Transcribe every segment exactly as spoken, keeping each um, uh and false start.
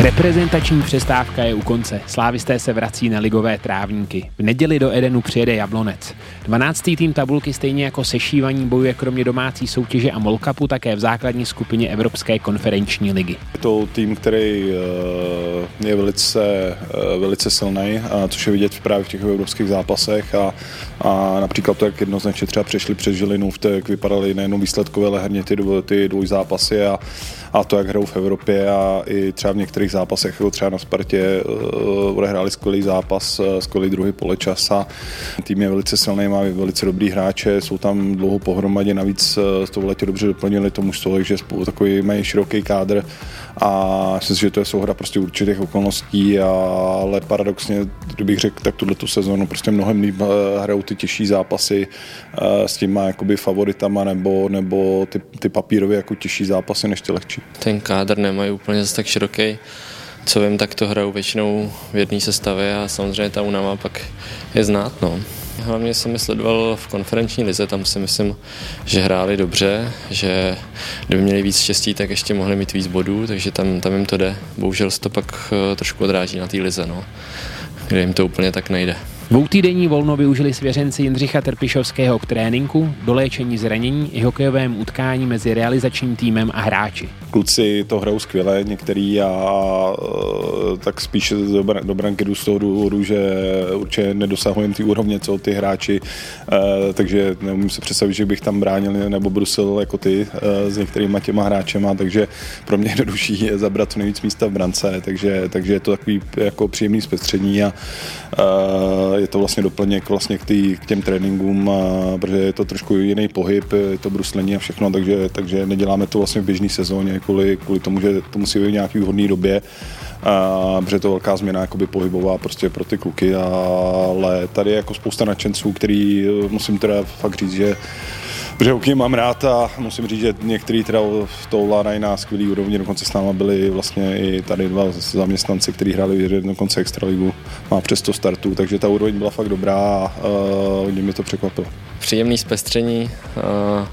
Reprezentační přestávka je u konce. Slávisté se vrací na ligové trávníky. V neděli do Edenu přijede Jablonec. dvanáctý tým tabulky stejně jako sešívaní bojuje kromě domácí soutěže a Mall Cupu také v základní skupině Evropské konferenční ligy. Je to tým, který je velice, velice silný, což je vidět právě v těch evropských zápasech a, a například to, jak jednoznačně třeba přešli přes Žilinu, v té, jak vypadaly nejenom výsledkové, ale herně ty, dvoj, ty dvojzápasy a, a to, jak hrajou v Evropě a i třeba v některých zápasech, jako třeba na Spartě, odehráli skvělý zápas, skvělý druhý poločas a tým je velice silný, má velice dobrý hráče, jsou tam dlouho pohromadě, navíc to v letě dobře doplnili to mužstvo, takže takový mají široký kádr a myslím si, že to je souhra prostě určitých okolností, ale paradoxně, kdybych řekl, tak tuhletu sezónu prostě mnohem líp hrajou ty těžší zápasy s těma jakoby favoritama nebo, nebo ty, ty papírově jako těžší zápasy než ty lehčí. Ten kádr nemají úplně zase tak široký. Co vím, tak to hrajou většinou v jedné sestavě a samozřejmě ta únava pak je znát. No. Hlavně jsem je sledoval v konferenční lize, tam si myslím, že hráli dobře, že kdyby měli víc štěstí, tak ještě mohli mít víc bodů, takže tam, tam jim to jde. Bohužel se to pak trošku odráží na té lize, no, kde jim to úplně tak nejde. Dvoutýdenní volno využili svěřenci Jindřicha Trpišovského k tréninku, doléčení zranění i hokejovém utkání mezi realizačním týmem a hráči. Kluci to hrajou skvěle, některý a tak spíše do, br- do branky jdu z toho důvodu, že určitě nedosahujeme ty úrovně, co ty hráči, e, takže neumím se představit, že bych tam bránil nebo brusil jako ty e, s některýma těma hráčema, takže pro mě jednodušší je zabrat co nejvíc místa v brance, takže, takže je to takový jako příjemný zpestření a e, je to vlastně doplněk vlastně k, tý, k těm tréninkům, a, protože je to trošku jiný pohyb, je to bruslení a všechno, takže, takže neděláme to vlastně v běžné sezóně kvůli, kvůli tomu, že to musí být v nějaký vhodné době, a, protože je to velká změna jakoby pohybová prostě pro ty kluky, ale tady je jako spousta nadšenců, který musím teda fakt říct, že protože hokej mám rád a musím říct, že některý teda to ovládají na skvělý úrovni, dokonce s náma byli vlastně i tady dva zaměstnanci, kteří hráli dokonce extraligu, má přes sto startů, takže ta úroveň byla fakt dobrá a uh, hodně mě to překvapilo. Příjemný zpestření. Uh,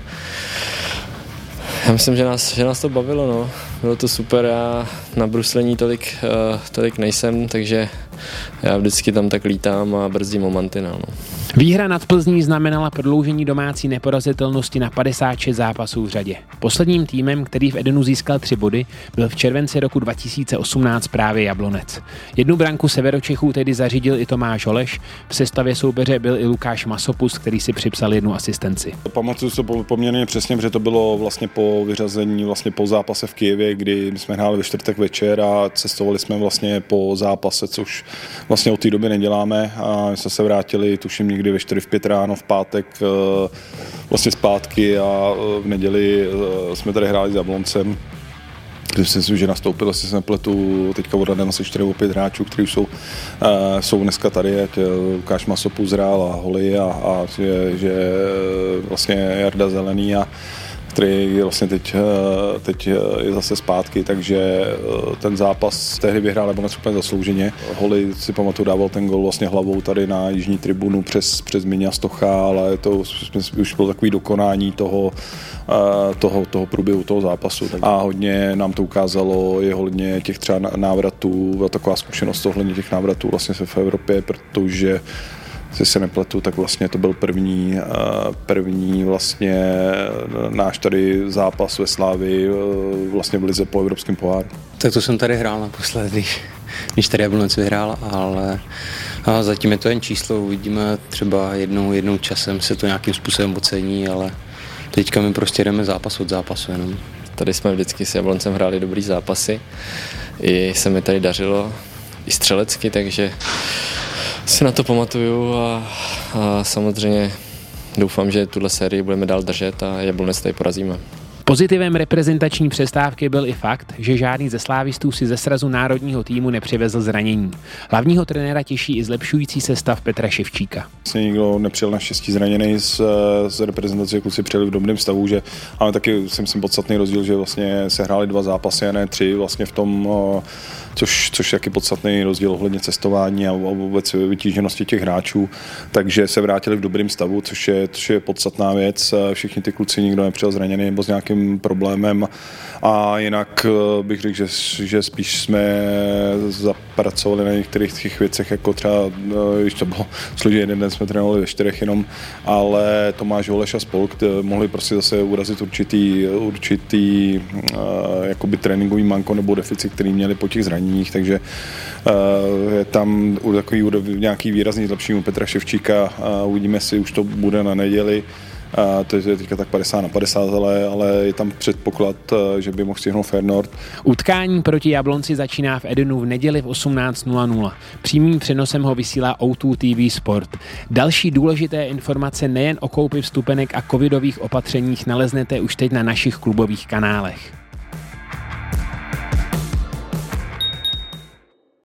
já myslím, že nás, že nás to bavilo, no. Bylo to super, já na bruslení tolik, uh, tolik nejsem, takže já vždycky tam tak lítám a brzdím o mantinel, no. Výhra nad Plzní znamenala prodloužení domácí neporazitelnosti na padesát šest zápasů v řadě. Posledním týmem, který v Edenu získal tři body, byl v červenci roku dva tisíce osmnáct právě Jablonec. Jednu branku Severočechů tedy zařídil i Tomáš Holeš, v sestavě soupeře byl i Lukáš Masopust, který si připsal jednu asistenci. Pamatuju se poměrně přesně, protože to bylo vlastně po vyřazení, vlastně po zápase v Kyjevě, kdy jsme hráli ve čtvrtek večer a cestovali jsme vlastně po zápase, což vlastně od té doby neděláme a jsme se vrátili, tuším, někdy ve čtyři v pět ráno v pátek vlastně zpátky a v neděli jsme tady hráli s Jabloncem. Myslím, že nastoupil, jestli se nepletu, teďka odhadem asi čtyři nebo pět hráčů, kteří jsou, jsou dneska tady, ať Lukáš Masopust hrál a Holy a, a že, že vlastně Jarda Zelený a který vlastně teď, teď je zase zpátky, takže ten zápas tehdy vyhrál Jablonec úplně zaslouženě. Holy si pamatuju, dával ten gol vlastně hlavou tady na jižní tribunu přes, přes Miňa Stocha, ale to už bylo takový dokonání toho, toho, toho průběhu toho zápasu. A hodně nám to ukázalo, je hodně těch třeba návratů, taková zkušenost ohledně těch návratů vlastně se v Evropě, protože si se nepletu, tak vlastně to byl první, první vlastně náš tady zápas ve Slávii vlastně v lize po evropském poháru. Tak to jsem tady hrál naposledy, když tady Jablonec vyhrál, ale a zatím je to jen číslo, uvidíme, třeba jednou, jednou časem se to nějakým způsobem ocení, ale teďka my prostě jdeme zápas od zápasu jenom. Tady jsme vždycky s Jabloncem hráli dobrý zápasy, i se mi tady dařilo, i střelecky, takže si na to pamatuju a, a samozřejmě doufám, že tuhle sérii budeme dál držet a Jablonec tady porazíme. Pozitivem reprezentační přestávky byl i fakt, že žádný ze slávistů si ze srazu národního týmu nepřivezl zranění. Hlavního trenéra těší i zlepšující se stav Petra Ševčíka. Vlastně nikdo nepřijel naštěstí zraněný z, z reprezentace, kluci přijeli v dobrém stavu, že, ale taky si myslím podstatný rozdíl, že vlastně se hráli dva zápasy a ne tři vlastně v tom, což, což je taky podstatný rozdíl ohledně cestování a vůbec vytíženosti těch hráčů, takže se vrátili v dobrém stavu, což je, což je podstatná věc. Všichni ty kluci, nikdo nepřijel zraněný nebo s nějakým velkým problémem. A jinak bych řekl, že, že spíš jsme zapracovali na některých těch věcech, jako třeba, když to bylo složitý, jeden den jsme trénovali ve čtyřech jenom, ale Tomáš Holeš a spol, mohli prostě zase urazit určitý, určitý jakoby tréninkový manko nebo deficit, který měli po těch zraněních, takže je tam takový nějaký výrazný zlepšení u Petra Ševčíka a uvidíme, jestli už to bude na neděli. A to je teďka tak padesát na padesát, ale, ale je tam předpoklad, že by mohl stihnout Feyenoord. Utkání proti Jablonci začíná v Edenu v neděli v osmnáct nula nula. Přímým přenosem ho vysílá O dva T V Sport. Další důležité informace nejen o koupi vstupenek a covidových opatřeních naleznete už teď na našich klubových kanálech.